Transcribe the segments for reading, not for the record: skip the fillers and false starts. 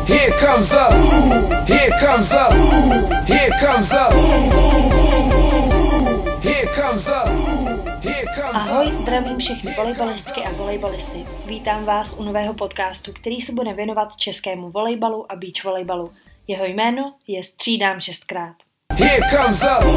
Here comes up, here comes up, here comes up, here comes up, here comes up. Ahoj, zdravím všechny volejbalistky a volejbalisty. Vítám vás u nového podcastu, který se bude věnovat českému volejbalu a beach volejbalu. Jeho jméno je Střídám 6krát. Here comes up.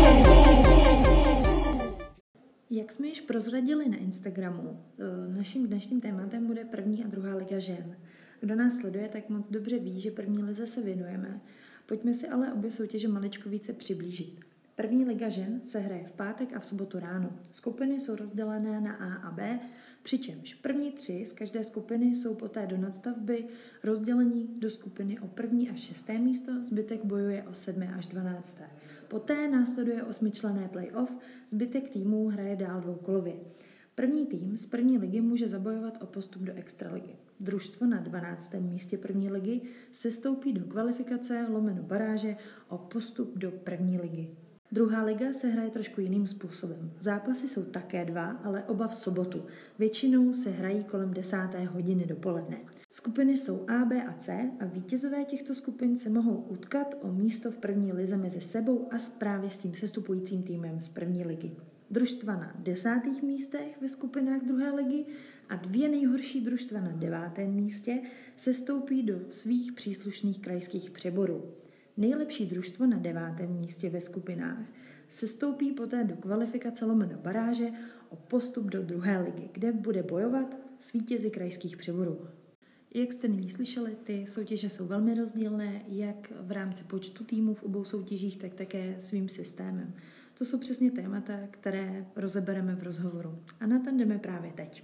Jak jsme již prozradili na Instagramu, naším dnešním tématem bude první a druhá liga žen. Kdo nás sleduje, tak moc dobře ví, že první lize se věnujeme. Pojďme si ale obě soutěže maličko více přiblížit. První liga žen se hraje v pátek a v sobotu ráno. Skupiny jsou rozdělené na A a B, přičemž první 3 z každé skupiny jsou poté do nadstavby rozdělení do skupiny o 1. až 6. místo, zbytek bojuje o 7. až 12. Poté následuje 8členné playoff, zbytek týmů hraje dál dvoukolově. První tým z první ligy může zabojovat o postup do extraligy. Družstvo na 12. místě první ligy sestoupí do kvalifikace / baráže o postup do první ligy. Druhá liga se hraje trošku jiným způsobem. Zápasy jsou také 2, ale oba v sobotu. Většinou se hrají kolem 10. hodiny dopoledne. Skupiny jsou A, B a C a vítězové těchto skupin se mohou utkat o místo v první lize mezi sebou a právě s tím sestupujícím týmem z první ligy. Družstva na 10. místech ve skupinách druhé ligy a 2 nejhorší družstva na 9. místě sestoupí do svých příslušných krajských přeborů. Nejlepší družstvo na 9. místě ve skupinách sestoupí poté do kvalifikace / baráže o postup do druhé ligy, kde bude bojovat s vítězi krajských přeborů. Jak jste nyní slyšeli, ty soutěže jsou velmi rozdílné, jak v rámci počtu týmů v obou soutěžích, tak také svým systémem. To jsou přesně témata, které rozebereme v rozhovoru. A na ten jdeme právě teď.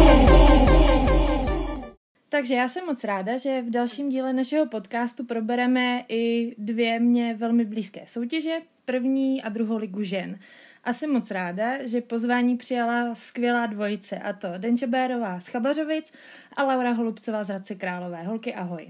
Takže já jsem moc ráda, že v dalším díle našeho podcastu probereme i 2 mně velmi blízké soutěže, první a druhou ligu žen. A jsem moc ráda, že pozvání přijala skvělá dvojice, a to Denča Bérová z Chabařovic a Laura Holubcová z Hradce Králové. Holky, ahoj.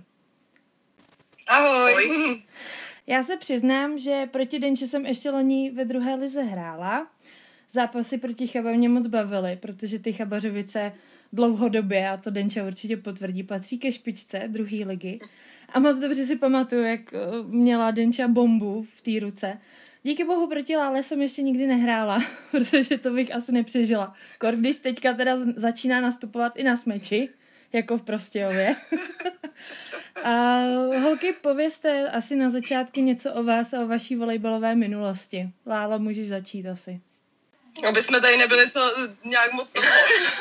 Ahoj. Já se přiznám, že proti Denče jsem ještě loni ve druhé lize hrála. Zápasy proti Chaba mě moc bavily, protože ty Chabařovice dlouhodobě, a to Denča určitě potvrdí, patří ke špičce druhé ligy. A moc dobře si pamatuju, jak měla Denča bombu v té ruce. Díky bohu proti Lále jsem ještě nikdy nehrála, protože to bych asi nepřežila. Kor, když teďka teda začíná nastupovat i na smeči, jako v Prostějově. A holky, povězte asi na začátku něco o vás a o vaší volejbalové minulosti. Lálo, můžeš začít asi. Aby jsme tady nebyli nějak moc toho.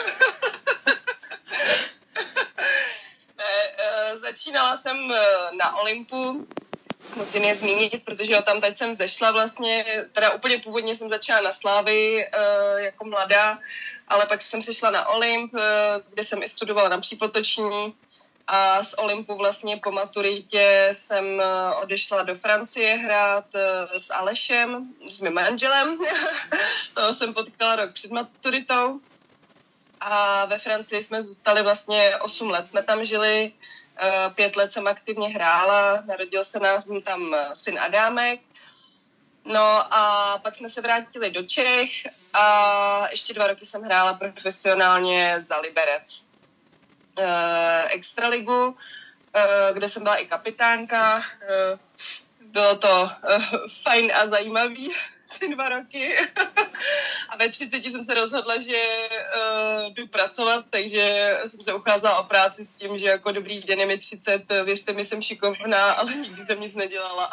Začínala jsem na Olympu, musím je zmínit, protože tam teď jsem zešla vlastně, teda úplně původně jsem začala na Slávii jako mladá, ale pak jsem přišla na Olymp, kde jsem i studovala na přípotoční a z Olympu vlastně po maturitě jsem odešla do Francie hrát s Alešem, s mým manželem, toho jsem potkala rok před maturitou a ve Francii jsme zůstali vlastně 8 let, jsme tam žili, 5 let jsem aktivně hrála, narodil se nás tam syn Adámek. No a pak jsme se vrátili do Čech a ještě 2 roky jsem hrála profesionálně za Liberec. Extraligu, kde jsem byla i kapitánka. Bylo to fajn a zajímavý ty 2 roky. A ve 30 jsem se rozhodla, že jdu pracovat, takže jsem se ucházela o práci s tím, že jako dobrý den, je mi 30, věřte mi, jsem šikovná, ale nikdy jsem nic nedělala.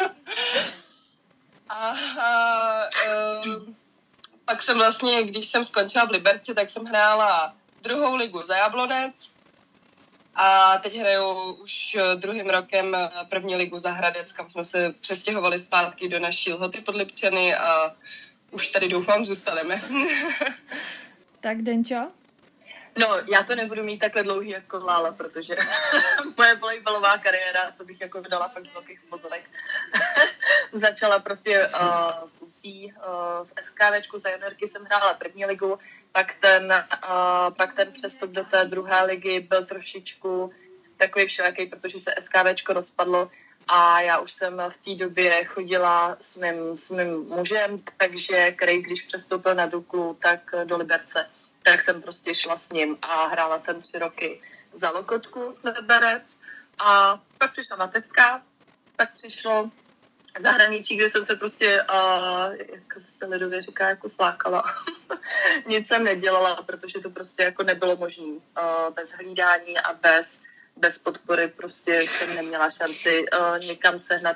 Pak jsem vlastně, když jsem skončila v Liberci, tak jsem hrála druhou ligu za Jablonec a teď hraju už 2. rokem první ligu za Hradec, kam jsme se přestěhovali zpátky do naší Lhoty pod Lipčany a už tady doufám zůstaneme. Tak Denčo? No, já to nebudu mít takhle dlouhý jako Lála, protože moje volejbalová kariéra, to bych jako dala fakt z velkých pozorek. Začala prostě v Ústí, v SKVčku za juniorky jsem hrála první ligu, pak ten přestup do té druhé ligy byl trošičku takový všelaký, protože se SKVčko rozpadlo a já už jsem v té době chodila s mým mužem, takže který, když přestoupil na Duklu, tak do Liberce, tak jsem prostě šla s ním a hrála jsem 3 roky za Lokotku Liberec A pak přišla mateřská, pak přišlo zahraničí, kde jsem se prostě, jak se lidově říká, jako flákala. Nic jsem nedělala, protože to prostě jako nebylo možné. Bez hlídání a bez podpory prostě jsem neměla šanci někam sehnat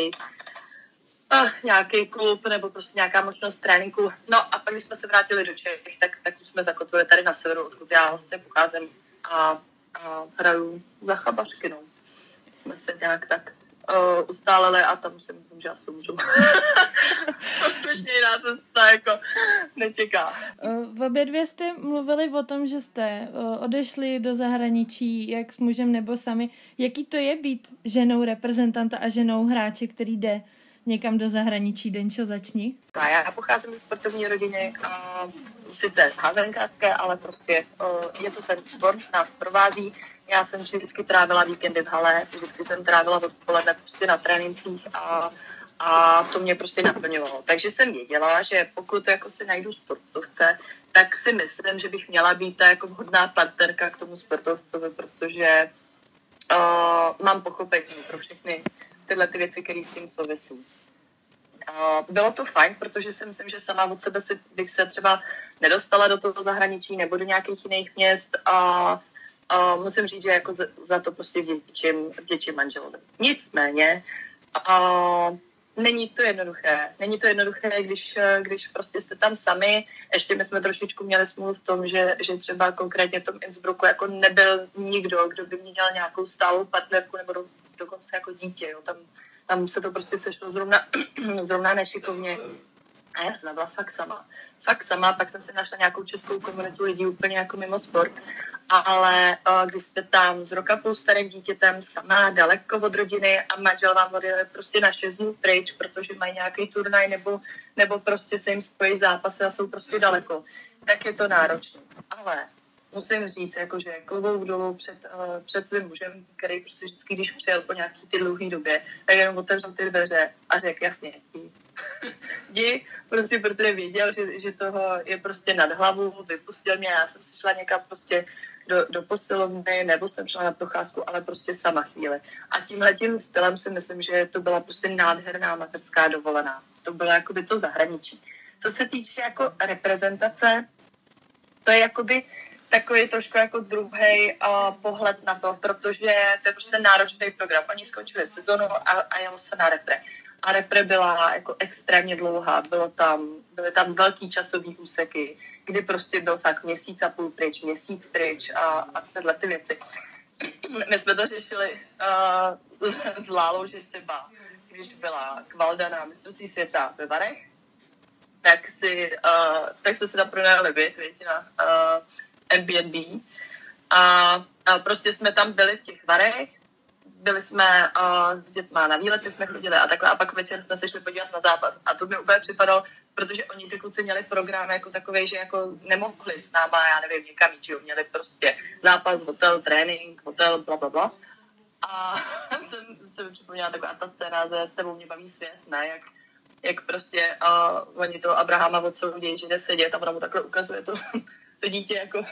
nějaký klub nebo prostě nějaká možnost tréninku. No a pak, když jsme se vrátili do Čech, tak jsme zakotvili tady na severu, odkud já vlastně pocházím a hraju za Chabařky, no. Jsme se nějak tak ustálili a tam si myslím, že asi můžu. Už mě jiná cesta jako nečeká. Obě dvě jste mluvili o tom, že jste odešli do zahraničí, jak s mužem nebo sami. Jaký to je být ženou reprezentanta a ženou hráče, který jde někam do zahraničí? Denčo, začni. Já pocházím ze sportovní rodiny, sice házenkářské, ale prostě je to ten sport, nás provází. Já jsem vždycky trávila víkendy v hale, vždycky jsem trávila odpoledne prostě na trénincích a to mě prostě naplňovalo. Takže jsem věděla, že pokud jako si najdu sportovce, tak si myslím, že bych měla být ta jako vhodná partnerka k tomu sportovcovi, protože mám pochopení pro všechny tyhle ty věci, které s tím souvisí. Bylo to fajn, protože si myslím, že sama od sebe bych se třeba nedostala do toho zahraničí nebo do nějakých jiných měst a musím říct, že jako za to prostě vděčím manželovi. Nicméně není to jednoduché. Není to jednoduché, když prostě jste tam sami. Ještě my jsme trošičku měli smůlu v tom, že třeba konkrétně v tom Innsbrucku jako nebyl nikdo, kdo by měl nějakou stálou partnerku nebo dokonce jako dítě. Jo. Tam se to prostě sešlo zrovna nešikovně. A já jsem byla fakt sama. Pak jsem si našla nějakou českou komunitu lidí úplně jako mimo sport. Ale když jste tam s roka půl starým dítětem sama, daleko od rodiny a manžel vám odjede prostě na 6 dnů pryč, protože mají nějaký turnaj nebo prostě se jim spojí zápasy a jsou prostě daleko, tak je to náročné. Ale musím říct, jakože klobouk dolů před svým mužem, který prostě vždycky, když přijel po nějaký ty dlouhé době, tak jenom otevřel ty dveře a řekl, jasně, jdi, prostě protože věděl, že toho je prostě nad hlavu, vypustil mě, já jsem si šla někam prostě do posilovny, nebo jsem šla na procházku, ale prostě sama chvíli. A tímhletím stylem si myslím, že to byla prostě nádherná mateřská dovolená. To bylo jakoby to zahraničí. Co se týče jako reprezentace, to je jakoby takový trošku jako druhý pohled na to, protože to je prostě náročný program. Oni skončili sezonu a jelo se na repre. A repre byla jako extrémně dlouhá. Byly tam velký časový úseky, kdy prostě byl tak měsíc pryč a tyhle ty věci. My jsme to řešili s Lálou, že třeba, když byla Kvalda na mistrovství světa ve Varech, tak jsme si tam pronajali byt, na Airbnb. A prostě jsme tam byli v těch Varech, byli jsme s dětma na výlety, jsme chodili a takhle a pak večer jsme se šli podívat na zápas. A to mi úplně připadalo, protože oni ty kluci měli program jako takovej, že jako nemohli s náma, já nevím, někam jít, že měli prostě zápas, hotel, trénink, hotel, blablabla. A se mi připomněla taková ta scéna, že s tebou mě baví svět, ne, jak prostě oni toho Abrahama odsoudí, že jde sedět a ona mu takhle ukazuje to dítě jako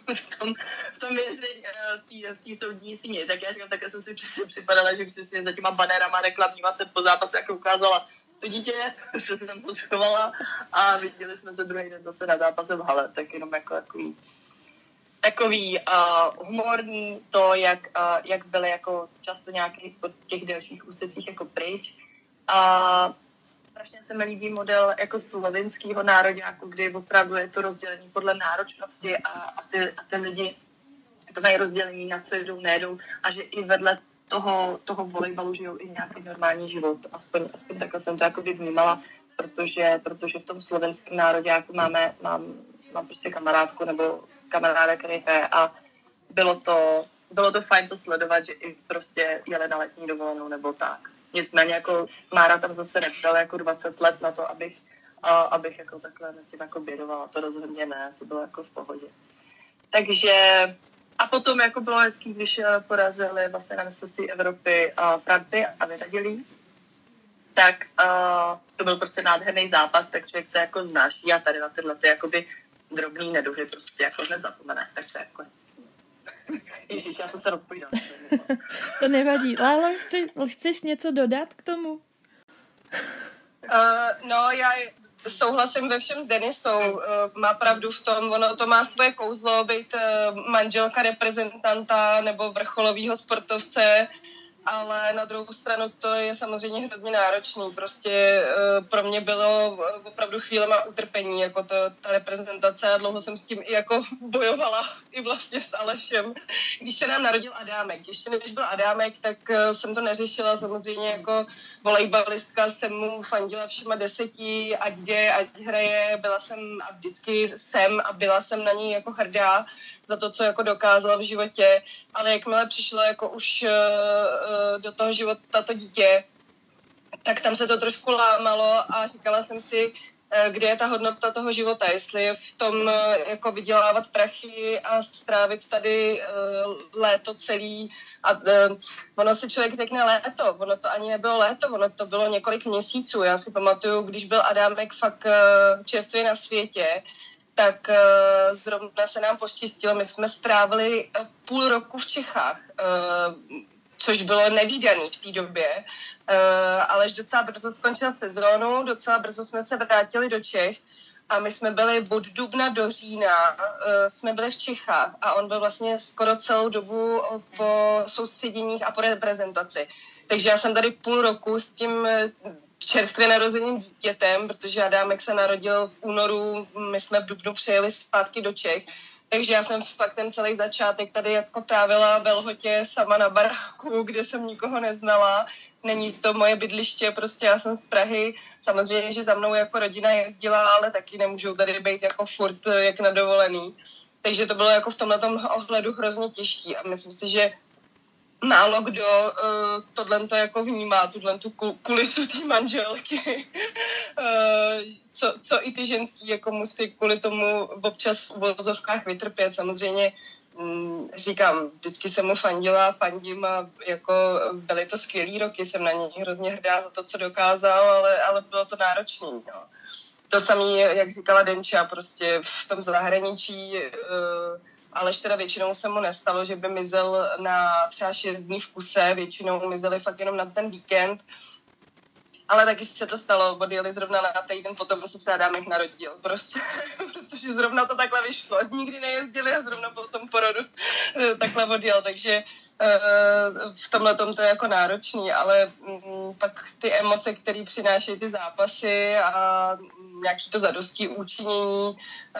v tom vězení, v té soudní síni. Tak já říkám, také jsem si připadala, že přesně za těma banérama reklamníma se po zápase jako ukázala to dítě, se tam poschovala a viděli jsme se druhý den zase na zápase v hale, tak jenom jako takový humorní to, jak byly jako často nějakých po těch delších úsecích jako pryč. Strašně se mi líbí model jako slovinského nároďáku, kdy opravdu je to rozdělení podle náročnosti a ty lidi to mají rozdělení, na co jedou, nejedou a že i vedle toho volejbalu žijou i nějaký normální život. Aspoň takhle jsem to jako vnímala, protože v tom slovenském nároďáku mám prostě kamarádku nebo kamaráda, který hraje a bylo to fajn to sledovat, že i prostě jeli na letní dovolenou nebo tak. Nicméně jako Mára tam zase nepřijala jako 20 let na to, abych jako takhle nad tím jako bědovala. To rozhodně ne, to bylo jako v pohodě. Takže a potom jako bylo hezký, když porazili vlastně na mistrovství Evropy Francii a vyřadili. Tak to byl prostě nádherný zápas, tak člověk se jako znáší a tady na tyhle ty jakoby drobný neduhy prostě jako hned zapomene. Takže jako Ježiš, já jsem se rozpovídala. To nevadí. Lálo, chceš něco dodat k tomu? No, já souhlasím ve všem s Denisou. Má pravdu v tom, ono to má svoje kouzlo, být manželka reprezentanta nebo vrcholového sportovce, ale na druhou stranu to je samozřejmě hrozně náročný. Prostě pro mě bylo opravdu chvílema utrpení, jako ta reprezentace a dlouho jsem s tím i jako bojovala, i vlastně s Alešem. Když se nám narodil Adámek, ještě než byl Adámek, tak jsem to neřešila, samozřejmě jako volejbalistka jsem mu fandila všema 10, ať jde, ať hraje, byla jsem a vždycky jsem a byla jsem na něj jako hrdá za to, co jako dokázal v životě, ale jakmile přišlo jako už do toho života to dítě, tak tam se to trošku lámalo a říkala jsem si, kde je ta hodnota toho života, jestli je v tom jako vydělávat prachy a strávit tady léto celý a ono si člověk řekne léto, ono to ani nebylo léto, ono to bylo několik měsíců. Já si pamatuju, když byl Adámek fakt čerstvě na světě, tak zrovna se nám poštěstilo, my jsme strávili půl roku v Čechách, což bylo nevídaný v té době, ale docela brzo skončila sezónu, docela brzo jsme se vrátili do Čech a my jsme byli od dubna do října, jsme byli v Čechách a on byl vlastně skoro celou dobu po soustředěních a po reprezentaci. Takže já jsem tady půl roku s tím čerstvě narozeným dítětem, protože Adámek se narodil v únoru, my jsme v dubnu přijeli zpátky do Čech, takže já jsem fakt ten celý začátek tady jako trávila ve Lhotě sama na baráku, kde jsem nikoho neznala. Není to moje bydliště, prostě já jsem z Prahy. Samozřejmě, že za mnou jako rodina jezdila, ale taky nemůžou tady být jako furt jak na dovolený. Takže to bylo jako v tomhletom ohledu hrozně těžký a myslím si, že málo kdo tohle jako vnímá, tu kulisu té manželky, co i ty ženský jako musí kvůli tomu občas v vozovkách vytrpět. Samozřejmě říkám, vždycky jsem mu fandím a jako byly to skvělý roky, jsem na něj hrozně hrdá za to, co dokázal, ale bylo to náročný. No. To samé, jak říkala Denča, prostě v tom zahraničí Aleš teda většinou se mu nestalo, že by mizel na třeba 6 dní v kuse, většinou mizeli fakt jenom na ten víkend, ale taky se to stalo, odjeli zrovna na týden potom, co se Adámek narodil, prostě, protože zrovna to takhle vyšlo, nikdy nejezdili a zrovna po tom porodu takhle odjel, takže v tomhletom to je jako náročný, ale pak ty emoce, které přinášejí ty zápasy a nějaký to zadostí učinění,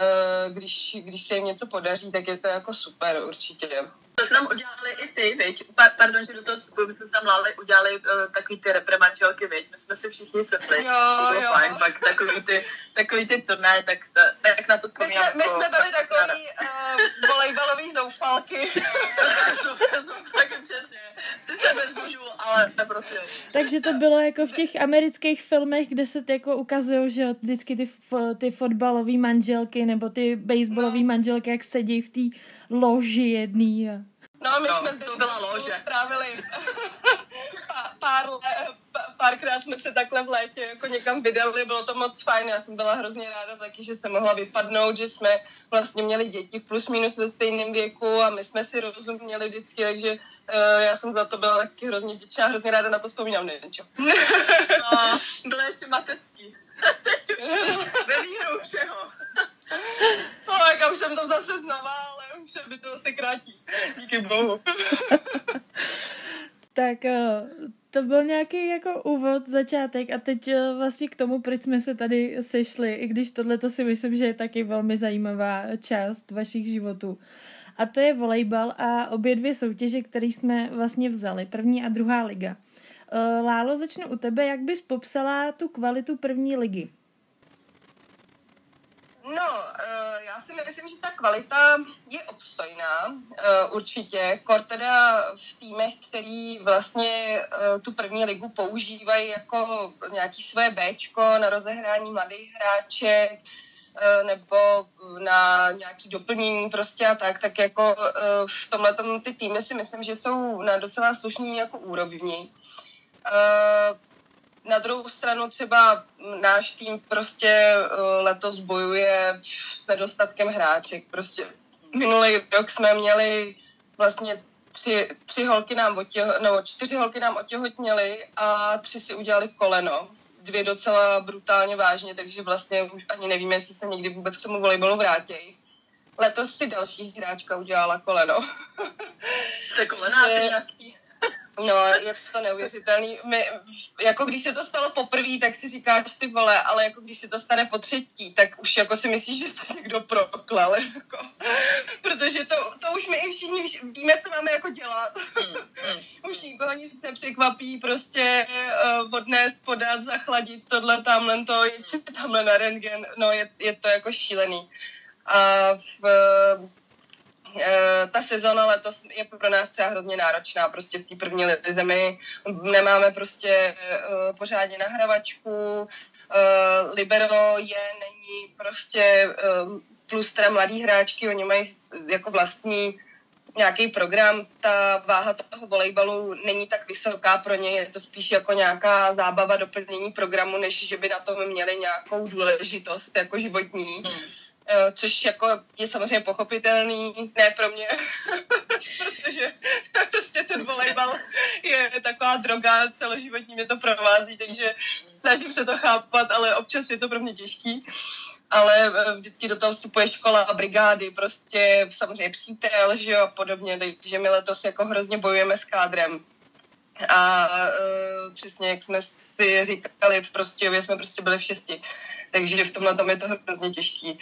když se jim něco podaří, tak je to jako super určitě. To jsme tam udělali i ty, viď? Pardon, že do toho vstupuji, my jsme tam udělali takový ty repremanželky, viď? My jsme si všichni sepli. Jo. Fajn, pak takový ty turné, tak na to vzpomínám. My jsme byli takový volejbalový zoufalky. Taky přesně. Sice bez mužů, ale prostě. Takže to bylo jako v těch amerických filmech, kde se jako ukazují, že vždycky ty fotbalové manželky nebo ty baseballové manželky, jak sedí v té loži jedný. No, my jsme to byla lože. Strávili párkrát jsme se takhle v létě jako někam vydali, bylo to moc fajn, já jsem byla hrozně ráda taky, že jsem mohla vypadnout, že jsme vlastně měli děti plus minus ve stejném věku a my jsme si rozuměli vždycky, takže já jsem za to byla taky hrozně vděčná, hrozně ráda na to vzpomínám, nevím čo. No, bylo ještě mateřský. Ve výhru všeho. No, já už jsem to zase znala, ale už se by to zase krátí. Díky bohu. Tak to byl nějaký jako úvod, začátek a teď vlastně k tomu, proč jsme se tady sešli, i když tohleto si myslím, že je taky velmi zajímavá část vašich životů. A to je volejbal a obě dvě soutěže, které jsme vlastně vzali, první a druhá liga. Lálo, začnu u tebe, jak bys popsala tu kvalitu první ligy? No, já si myslím, že ta kvalita je obstojná, určitě. Kor teda v týmech, který vlastně tu první ligu používají jako nějaký své béčko na rozehrání mladých hráček nebo na nějaký doplnění prostě a tak jako v tomhletom ty týmy si myslím, že jsou na docela slušný jako úrovni. Na druhou stranu třeba náš tým prostě letos bojuje s nedostatkem hráček. Prostě minulý rok jsme měli vlastně 4 holky nám otěhotněly a 3 si udělali koleno. 2 docela brutálně vážně, takže vlastně už ani nevíme, jestli se někdy vůbec k tomu volejbalu vrátějí. Letos si další hráčka udělala koleno. To je kolenáři nějaký. No, je to neuvěřitelný. Jako když se to stalo poprvé, tak si říkáš ty vole, ale jako když se to stane po třetí, tak už jako si myslíš, že to někdo proklal. Jako. Protože to už my i všichni víme, co máme jako dělat. Už nikoho nic nepřekvapí, prostě odnést, podat, zachladit tohle, tamhle to, jít tamhle na rentgen. No, je to jako šílený. A ta sezona letos je pro nás třeba hrozně náročná, prostě v té první lize my nemáme prostě pořádně nahravačku, libero není prostě plus teda mladý hráčky, oni mají jako vlastní nějaký program, ta váha toho volejbalu není tak vysoká pro ně, je to spíš jako nějaká zábava, doplnění programu, než že by na tom měli nějakou důležitost jako životní. Což jako je samozřejmě pochopitelný, ne pro mě, protože prostě ten volejbal je taková droga, celoživotní mě to provází, takže snažím se to chápat, ale občas je to pro mě těžký. Ale vždycky do toho vstupuje škola, brigády, prostě samozřejmě přítel, že jo, podobně, takže my letos jako hrozně bojujeme s kádrem. A přesně, jak jsme si říkali, v Prostějově jsme prostě byli v 6. Takže v tomhle tom je to hrozně těžký.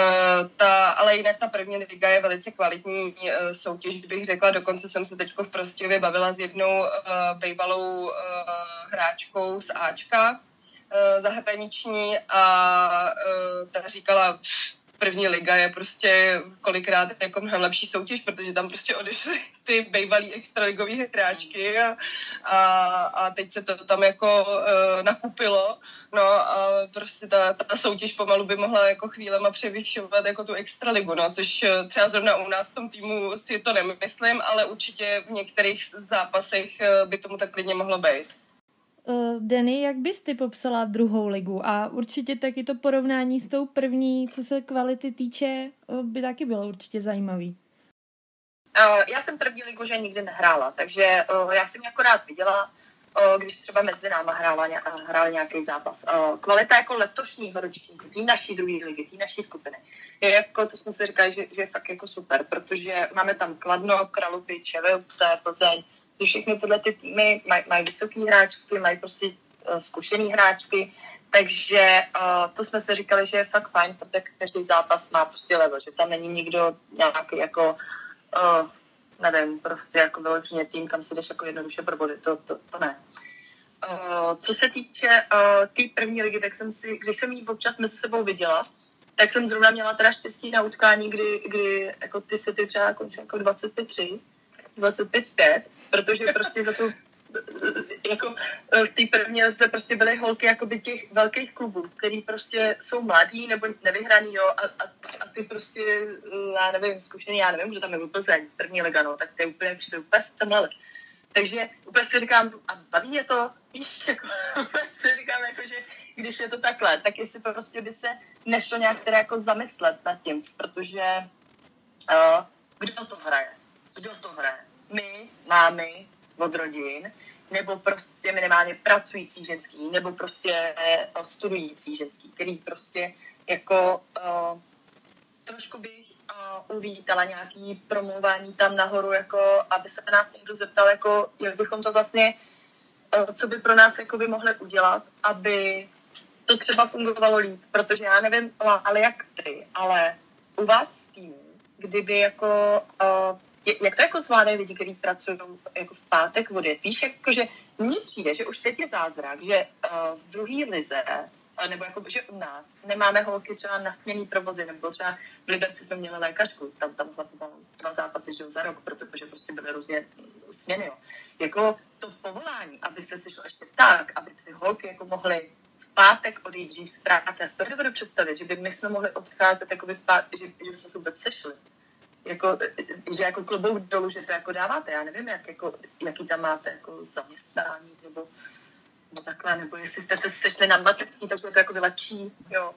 Ale jinak ta první liga je velice kvalitní soutěž, bych řekla. Dokonce jsem se teď v Prostějově bavila s jednou bývalou hráčkou z Ačka zahraniční a ta říkala, první liga je prostě kolikrát jako mnohem lepší soutěž, protože tam prostě odešly ty bývalý extraligový hráčky a teď se to tam jako nakupilo. No a prostě ta soutěž pomalu by mohla jako chvílema převyšovat jako tu extraligu, no, což třeba zrovna u nás v tom týmu si to nemyslím, ale určitě v některých zápasech by tomu tak klidně mohlo být. Denny, jak bys ty popsala druhou ligu? A určitě taky to porovnání s tou první, co se kvality týče, by taky bylo určitě zajímavý. Já jsem první ligu že nikdy nehrála, takže já jsem ji akorát viděla, když třeba mezi náma hrál nějaký zápas. Kvalita jako letošního ročníku, tý naší druhé ligy, tý naší skupiny, je jako, to jsme si říkali, že je fakt jako super, protože máme tam Kladno, Kralupy, ČVUT, Plzeň, všechny tyhle ty týmy mají vysoký hráčky, mají prostě zkušený hráčky, takže to jsme si říkali, že je fakt fajn, protože každý zápas má prostě level, že tam není nikdo nějaký jako, nevím, prostě jako vyloženě tým, kam si jdeš jako jednoduše pro body, to ne. Co se týče té první ligy, tak když jsem ji občas mezi sebou viděla, tak jsem zrovna měla teda štěstí na utkání, kdy jako ty sety třeba končí jako 25-3, 25-5, protože prostě za tu jako v té první lize prostě byly holky jakoby těch velkých klubů, který prostě jsou mladí nebo nevyhraný, jo, a ty prostě, já nevím, zkušený, já nevím, že tam je byl Plzeň, první liga, no, tak ty úplně semleli. Takže úplně si říkám, a baví je to, víš, jako, si říkám, jako, že když je to takhle, tak jestli prostě by se nešlo nějak teda jako zamyslet nad tím, protože kdo to hraje? Kdo to hraje? My, mámy od rodin, nebo prostě minimálně pracující ženský, nebo prostě studující ženský, který prostě jako trošku bych uvítala nějaký promluvání tam nahoru, jako aby se nás někdo zeptal, jako jak bychom to vlastně, co by pro nás jako by mohli udělat, aby to třeba fungovalo líp, protože já nevím, ale jak ty, ale u vás v týmu, kdyby jako jak to jako zvládají lidi, kteří pracují jako v pátek odjet? Víš, jako, že mně přijde, že už teď je zázrak, že v druhé lize, nebo jako, že u nás nemáme holky třeba na směnný provozy, nebo třeba v Liberci jsme měli lékařku, tam 2 zápasy že za rok, protože prostě byly různě směny. Jo. Jako to povolání, aby se sešlo ještě tak, aby ty holky jako mohly v pátek odejít dřív z práce. Já si to nedovedu představit, že by my jsme mohli odcházet jako že jsme se vůbec sešli. Jako, že jako klobouk dolů, že to jako dáváte, já nevím, jaký tam máte jako zaměstnání, nebo takhle, nebo jestli jste se sešli na mateřský, takže to jako vylepší, jo.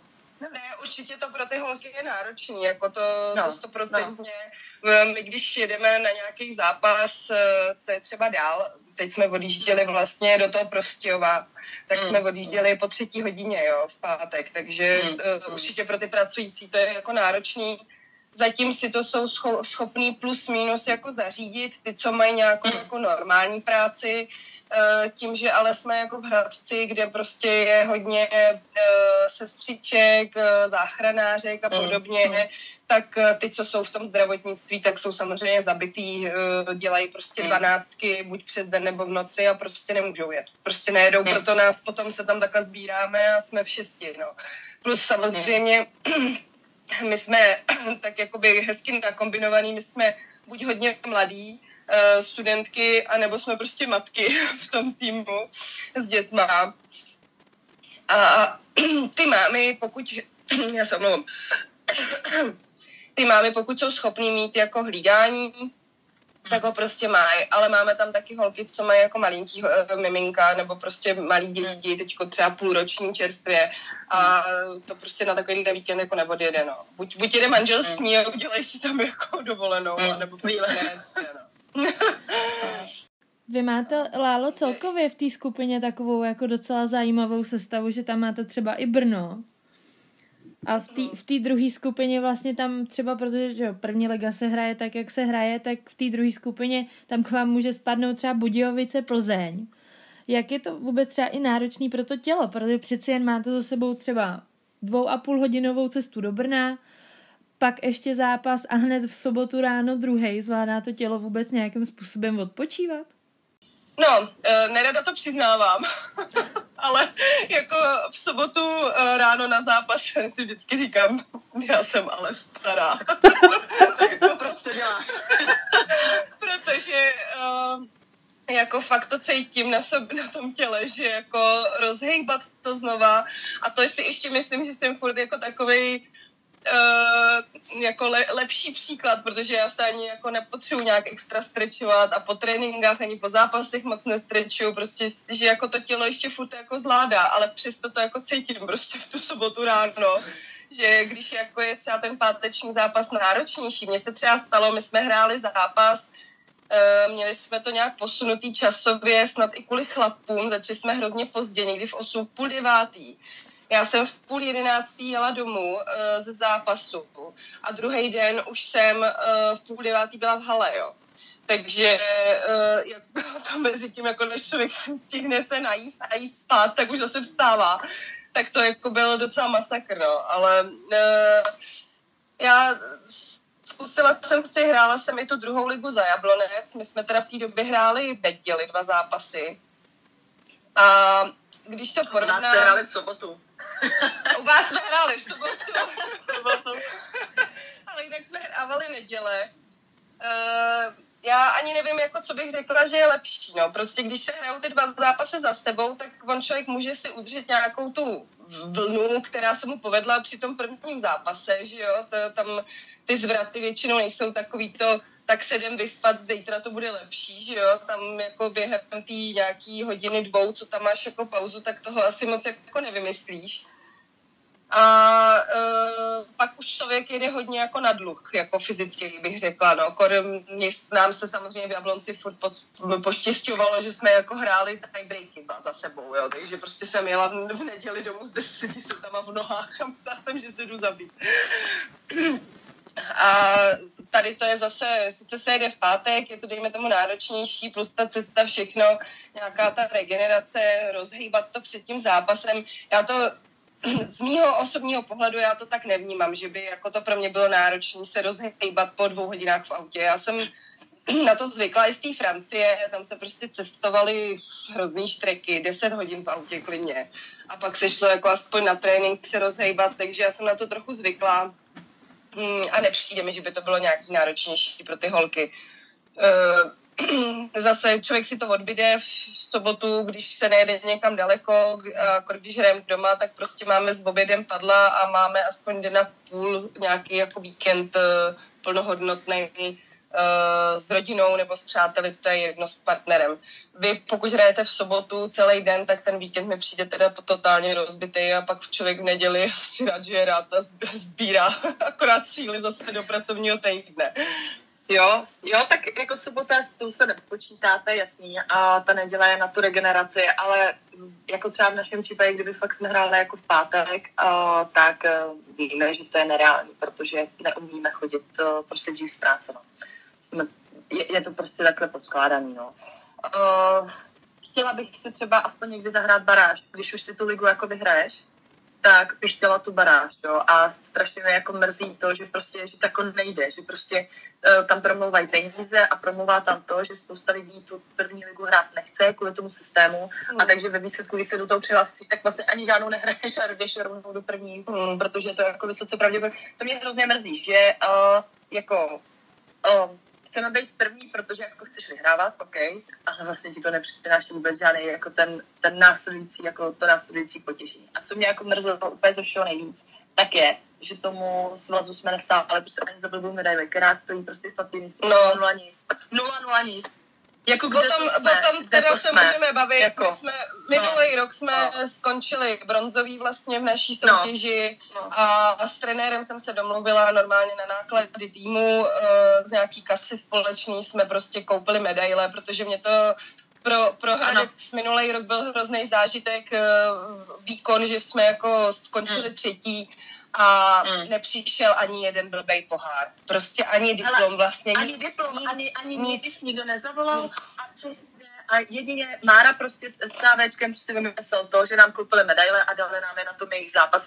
Ne, určitě to pro ty holky je náročný, jako to 100%. My když jedeme na nějaký zápas, co je třeba dál, teď jsme odjížděli vlastně do toho Prostějova, tak jsme odjížděli po 3. hodině, jo, v pátek, takže určitě pro ty pracující to je jako náročný. Zatím si to jsou schopný plus minus jako zařídit, ty, co mají nějakou jako normální práci, tím, že ale jsme jako v Hradci, kde prostě je hodně sestřiček, záchranářek a podobně, tak ty, co jsou v tom zdravotnictví, tak jsou samozřejmě zabitý, dělají prostě 12, buď přes den nebo v noci a prostě nemůžou jet. Prostě nejedou, proto nás potom se tam takhle sbíráme a jsme v 6, no. Plus samozřejmě my jsme tak jakoby hezky nakombinovaný, my jsme buď hodně mladí, studentky, anebo jsme prostě matky v tom týmu s dětma. A ty mámy, pokud, já se omlouvám, ty mámy, pokud jsou schopný mít jako hlídání, tak ho prostě mají, ale máme tam taky holky, co mají jako malinký miminka, nebo prostě malý děti, teďko třeba půlroční čerstvě a to prostě na takový víkend jako neodjede, no. Buď jede manžel s ní a udělají si tam jako dovolenou, nebo ne, no. Vy máte, Lálo, celkově v té skupině takovou jako docela zajímavou sestavu, že tam máte třeba i Brno. A v té druhé skupině vlastně tam třeba, protože že první liga se hraje tak, jak se hraje, tak v té druhé skupině tam k vám může spadnout třeba Budějovice, Plzeň. Jak je to vůbec třeba i náročný pro to tělo? Protože přeci jen máte za sebou třeba 2,5hodinovou cestu do Brna, pak ještě zápas a hned v sobotu ráno druhej. Zvládá to tělo vůbec nějakým způsobem odpočívat? No, nerada to přiznávám, ale jako v sobotu ráno na zápas si vždycky říkám, já jsem ale stará. To prostě děláš. Protože jako fakt to cítím na tom těle, že jako rozhejbat to znova a to si ještě myslím, že jsem furt jako takovej jako lepší příklad, protože já se ani jako nepotřebuji nějak extra strečovat a po tréninkách ani po zápasech moc nestrečuju, prostě, že jako to tělo ještě furt jako zvládá, ale přesto to jako cítím prostě v tu sobotu ráno, že když jako je třeba ten páteční zápas náročnější, mně se třeba stalo, my jsme hráli zápas, měli jsme to nějak posunutý časově, snad i kvůli chlapům, začali jsme hrozně pozdě, někdy v 8, v 10:30. Já jsem v 10:30 jela domů ze zápasu a druhý den už jsem v 8:30 byla v hale, jo. Takže jako to mezi tím, jako než člověk stihne se najíst a jít spát, tak už zase vstává. Tak to jako byl docela masakr, no. Ale já zkusila jsem si, hrála jsem i tu druhou ligu za Jablonec. My jsme teda v té době hráli Beděli 2 zápasy. A když to porovnám... U nás jste hráli v sobotu. U vás jsme hráli v sobotu. Ale jinak jsme hrávali neděle. Já ani nevím, jako co bych řekla, že je lepší. No. Prostě když se hrajou ty 2 zápasy za sebou, tak on člověk může si udržet nějakou tu vlnu, která se mu povedla při tom prvním zápase, že jo. Tam ty zvraty většinou nejsou takový to, tak se jdem vyspat, zítra to bude lepší, že jo. Tam jako během té nějaký hodiny 2, co tam máš jako pauzu, tak toho asi moc jako nevymyslíš. A pak už člověk jede hodně jako na dluh, jako fyzicky bych řekla, no. Nám se samozřejmě v Jablonci furt poštěsťovalo, že jsme jako hráli tiebreaky za sebou, jo. Takže prostě jsem jela v neděli domů s 10 setama v nohách a myslela jsem, že se jdu zabít. A tady to je zase, sice se jede v pátek, je to dejme tomu náročnější, plus ta cesta, všechno, nějaká ta regenerace, rozhýbat to před tím zápasem. Já to z mýho osobního pohledu já to tak nevnímám, že by jako to pro mě bylo náročné se rozhýbat po 2 hodinách v autě. Já jsem na to zvykla i z té Francie, tam se prostě cestovaly hrozný štreky, 10 hodin v autě klidně. A pak se šlo jako aspoň na trénink se rozhýbat, takže já jsem na to trochu zvykla. A nepřijde mi, že by to bylo nějaký náročnější pro ty holky. Zase člověk si to odbyde v sobotu, když se nejede někam daleko, a když hrajeme doma, tak prostě máme s obědem padla a máme aspoň den a půl nějaký jako víkend plnohodnotný s rodinou nebo s přáteli, to je jedno, s partnerem. Vy pokud hrajete v sobotu celý den, tak ten víkend mi přijde teda totálně rozbitý a pak člověk v neděli si rád, že je rád a sbírá akorát síly zase do pracovního týdne. Jo, tak jako sobota s tou se nepočítáte, jasný, a ta neděle je na tu regeneraci, ale jako třeba v našem případě, kdyby fakt jsme hráli jako v pátek, tak víme, že to je nereálný, protože neumíme chodit prostě dřív z práce, no. Je to prostě takhle poskládaný, no. Chtěla bych si třeba aspoň někdy zahrát baráž, když už si tu ligu jako vyhraješ, tak bych chtěla tu baráž, jo, a strašně mě jako mrzí to, že prostě, že to jako nejde, že prostě tam promlouvají peníze a promlouvá tam to, že spousta lidí tu první ligu hrát nechce kvůli tomu systému a takže ve výsledku, když se do toho přihlásíš, tak vlastně ani žádnou nehraješ a jdeš rovnou do první, protože to je jako vysoce pravděpodobně. To mě hrozně mrzí, že chceme být první, protože jako chceš vyhrávat, OK, ale vlastně ti to nepřináší vůbec žádný jako ten následující, jako to následující potěšení. A co mě jako mrzelo úplně ze všeho nejvíc, tak je, že tomu svazu jsme nestáli prostě ani za blbou medaili, která stojí prostě v papíru, 0 nic. Jako potom teda se můžeme bavit, jako, minulý rok jsme skončili bronzový vlastně v naší soutěži a s trenérem jsem se domluvila normálně na náklady týmu, z nějaký kasy společný jsme prostě koupili medaile, protože mě to pro Hradec minulý rok byl hrozný zážitek, výkon, že jsme jako skončili třetí a nepřišel ani jeden blbej pohár. Prostě ani diplom vlastně. Ani nic nikdo nezavolal a jedině Mára prostě s SKVčkem si vymyslel to, že nám koupili medaile a dali nám je na tom jejich zápase.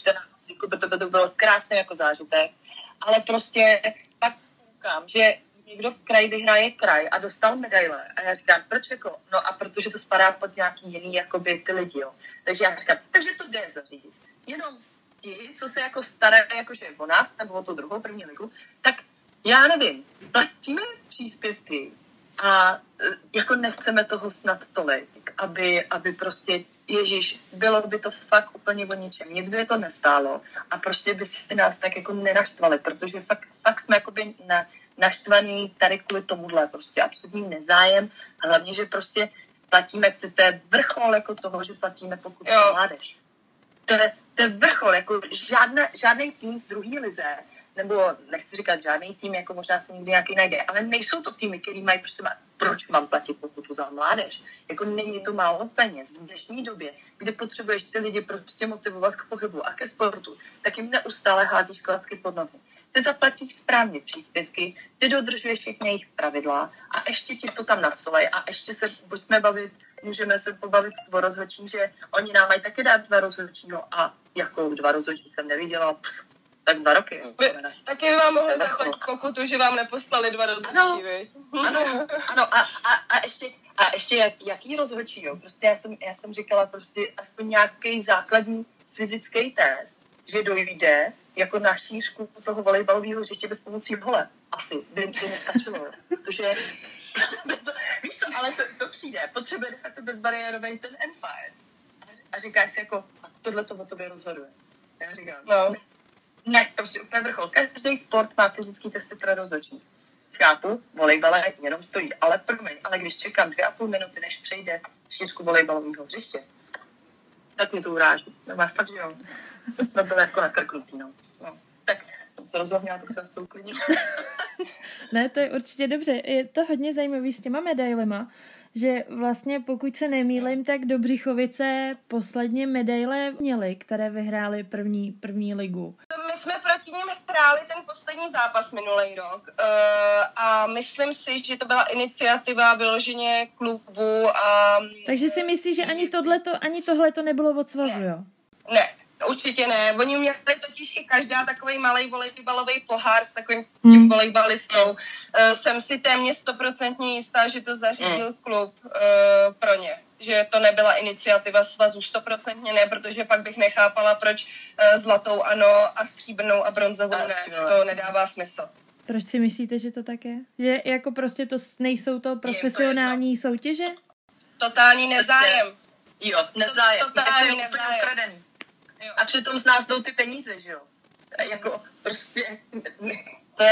To bylo krásný jako zážitek. Ale prostě pak koukám, že někdo v kraji vyhraje kraj a dostal medaile. A já říkám, proč jako? No a protože to spadá pod nějaký jiný jakoby ty lidi, jo. Takže já říkám, takže to jde zařídit. Jenom ti, co se jako starají jakože o nás, nebo o tu druhou první ligu, tak já nevím, platíme příspěvky a jako nechceme toho snad tolik, aby prostě, Ježíš, bylo by to fakt úplně o ničem, nic by to nestálo a prostě by si nás tak jako nenaštvali, protože fakt jsme jakoby naštvaný tady kvůli tomuhle, prostě absolutní nezájem a hlavně, že prostě platíme, to je vrchol jako toho, že platíme pokud se mládež. To je vrchol, jako žádný tým z druhé lize, nebo nechci říkat žádný tým, jako možná se někdy nějaký najde, ale nejsou to týmy, který mají, proč mám platit pokutu za mládež? Jako není to málo peněz. V dnešní době, kdy potřebuješ ty lidi prostě motivovat k pohybu a ke sportu, tak jim neustále házíš klacky pod nohy. Ty zaplatíš správně příspěvky, ty dodržuješ všechny jejich pravidla a ještě ti to tam nasolej a ještě se můžeme se pobavit o rozhodčí, že oni nám mají taky dát 2 rozhodčího a jako 2 rozhodčí jsem neviděla, tak 2 roky. Taky vám mohli zaplatit pokutu, že vám neposlali 2 rozhodčí, viď? Ano, a ještě jaký rozhodčí, jo? Prostě já jsem říkala prostě aspoň nějaký základní fyzický test, že dojde jako na šířku toho volejbalového hřiště bez pomocí hole. Asi by nestačilo, protože víš co, ale to přijde. Potřebuje de facto bezbariérový ten Empire. A říkáš si jako, a tohle to o tobě rozhoduje. Já říkám, ne, prostě úplně vrchol. Každý sport má fyzický testy pro rozhodčí. Chápu, volejbale jenom stojí, ale promiň, ale když čekám 2,5 minuty, než přejde šířku volejbalového hřiště, tak mě to uráží. No máš fakt, že jo. To jsme byli jako nakrknutý, no. Tak jsem se rozohněla, tak jsem se uklidnila. Ne, to je určitě dobře. Je to hodně zajímavý s těma medailema, že vlastně pokud se nemýlím, tak do Břichovice posledně medaile měli, které vyhrály první ligu. My jsme proti nim hráli ten poslední zápas minulý rok a myslím si, že to byla iniciativa vyloženě klubu a... Takže si myslíš, že ani tohleto nebylo od svazu, jo? Ne. Určitě ne. Oni měli totiž i každá takový malý volejbalový pohár s takovým tím volejbalistou. Jsem si téměř 100% jistá, že to zařídil klub pro ně. Že to nebyla iniciativa svazu 100% ne, protože pak bych nechápala, proč zlatou ano a stříbrnou a bronzovou ne. To nedává smysl. Proč si myslíte, že to tak je? Že jako prostě to nejsou to profesionální soutěže? Totální nezájem. Jo, nezájem. Totální nezájem. A přitom z nás jdou ty peníze, že jo? Jako prostě,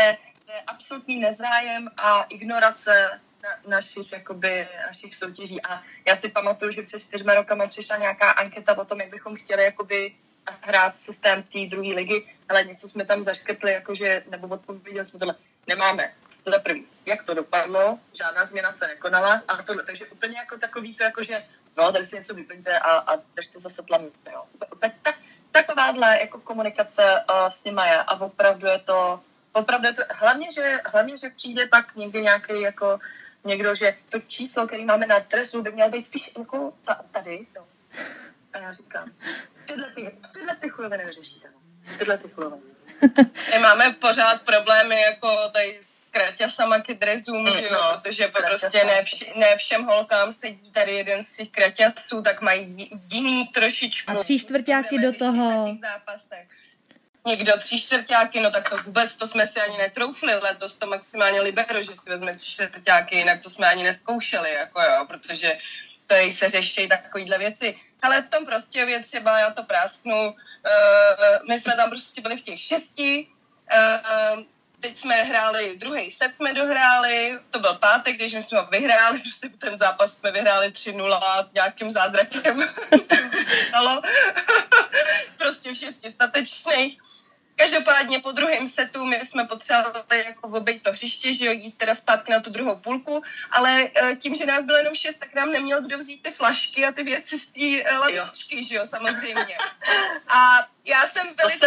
To je absolutní nezájem a ignorace našich soutěží. A já si pamatuju, že před 4 rokama přišla nějaká anketa o tom, jak bychom chtěli jakoby hrát systém té druhé ligy, ale něco jsme tam zaškrtli, jakože, nebo odpověděli jsme tohle, nemáme. Za první, jak to dopadlo, žádná změna se nekonala, a tohle, takže úplně jako takový to, jakože, no, tady si něco vyplňte a držte zase planet, jo. Takováhle jako komunikace s nima je a opravdu je to, hlavně, že přijde pak někdy nějaký jako někdo, že to číslo, který máme na dresu, by mělo být spíš jako tady, jo. A já říkám, tyhle ty chujové nevyřešíte, tyhle ty chujové. My máme pořád problémy jako tady s kraťasama k drezům, že jo, protože prostě ne všem holkám sedí tady jeden z těch kraťasů, tak mají jiný trošičku. A 3/4 do toho. Někdo 3/4, no tak to vůbec, to jsme si ani netroufli, letos to maximálně libero, že si vezme 3/4, jinak to jsme ani neskoušeli, jako jo, protože tady se řeší takovýhle věci. Ale v tom prostě třeba, já to prásknu, my jsme tam prostě byli v těch 6, teď jsme hráli, druhý set jsme dohráli, to byl pátek, když jsme ho vyhráli, prostě ten zápas jsme vyhráli 3-0 nějakým zázrakem, stalo, prostě v 6 statečných. Každopádně po druhém setu my jsme potřebovali jako obejít to hřiště, že jo, jít teda zpátky na tu druhou půlku, ale tím, že nás bylo jenom 6, tak nám neměl kdo vzít ty flašky a ty věci z té lavičky, že jo, samozřejmě. A já jsem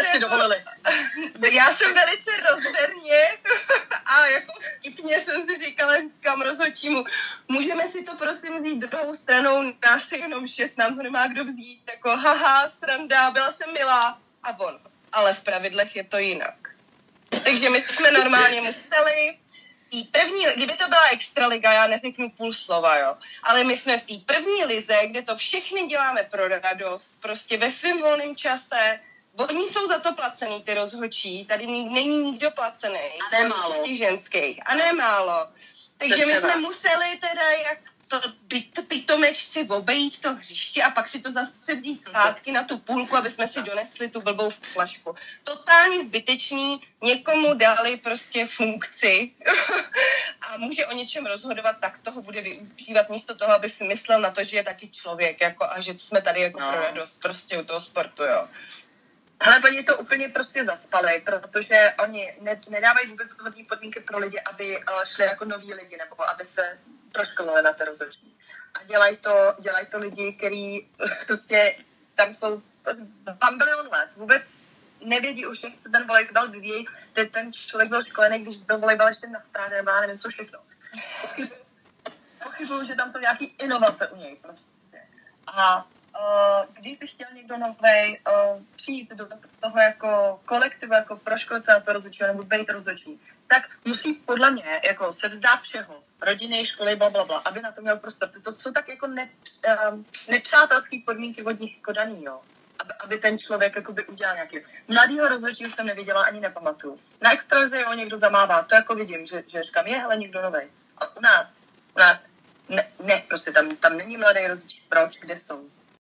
velice rozverně a jako vtipně jsem si říkám rozhodčímu, můžeme si to prosím vzít druhou stranou, nás je jenom 6, nám to nemá kdo vzít, jako haha, sranda, byla jsem milá a on. Ale v pravidlech je to jinak. Takže my jsme normálně museli kdyby to byla extraliga, já neřeknu půl slova, jo, ale my jsme v té první lize, kde to všechny děláme pro radost, prostě ve svém volném čase, oni jsou za to placený, ty rozhodčí, tady není nikdo placený. A nemálo. Z těch ženských. A nemálo. Takže my jsme museli teda pitomečci obejít to hřiště a pak si to zase vzít zpátky na tu půlku, aby jsme si donesli tu blbou flašku. Totálně zbytečný, někomu dali prostě funkci a může o něčem rozhodovat, tak toho bude využívat místo toho, aby si myslel na to, že je taky člověk jako, a že jsme tady jako pro radost prostě u toho sportu, jo. Ale oni to úplně prostě zaspali, protože oni nedávají vůbec podmínky pro lidi, aby šli jako noví lidi, nebo aby se proškolili na té rozhodčí. A dělají to lidi, kteří prostě tam byli on let. Vůbec nevědí už, jak se ten volejbal vyvíjí. Ten člověk byl školený, když byl volejbal ještě na straně, nebo já nevím, co všechno. Pochybuju, že tam jsou nějaké inovace u něj prostě. A když by chtěl někdo novej přijít do toho jako kolektivu, jako proškolit se na to rozhodčí, nebo být rozhodčí, tak musí podle mě jako se vzdát všeho. Rodiny, školy, blablabla, aby na to měl prostor. To jsou tak jako nepřátelský podmínky od nich jako daný, jo. Aby ten člověk jakoby udělal nějaký. Mladýho rozhodčího jsem neviděla ani nepamatuju. Na extralize ho někdo zamává, to jako vidím, že říkám, je hele někdo novej. A u nás ne, prostě tam není mladý rozhodčí. Proč? Kde jsou?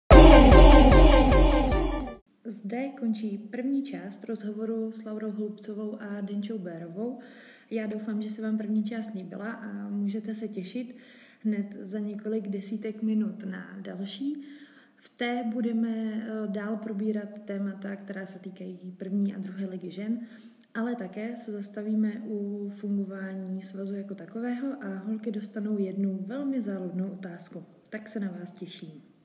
Zde končí první část rozhovoru s Laurou Hlubcovou a Denčou Bérovou. Já doufám, že se vám první část líbila a můžete se těšit hned za několik desítek minut na další. V té budeme dál probírat témata, která se týkají první a druhé ligy žen, ale také se zastavíme u fungování svazu jako takového a holky dostanou jednu velmi záludnou otázku. Tak se na vás těším.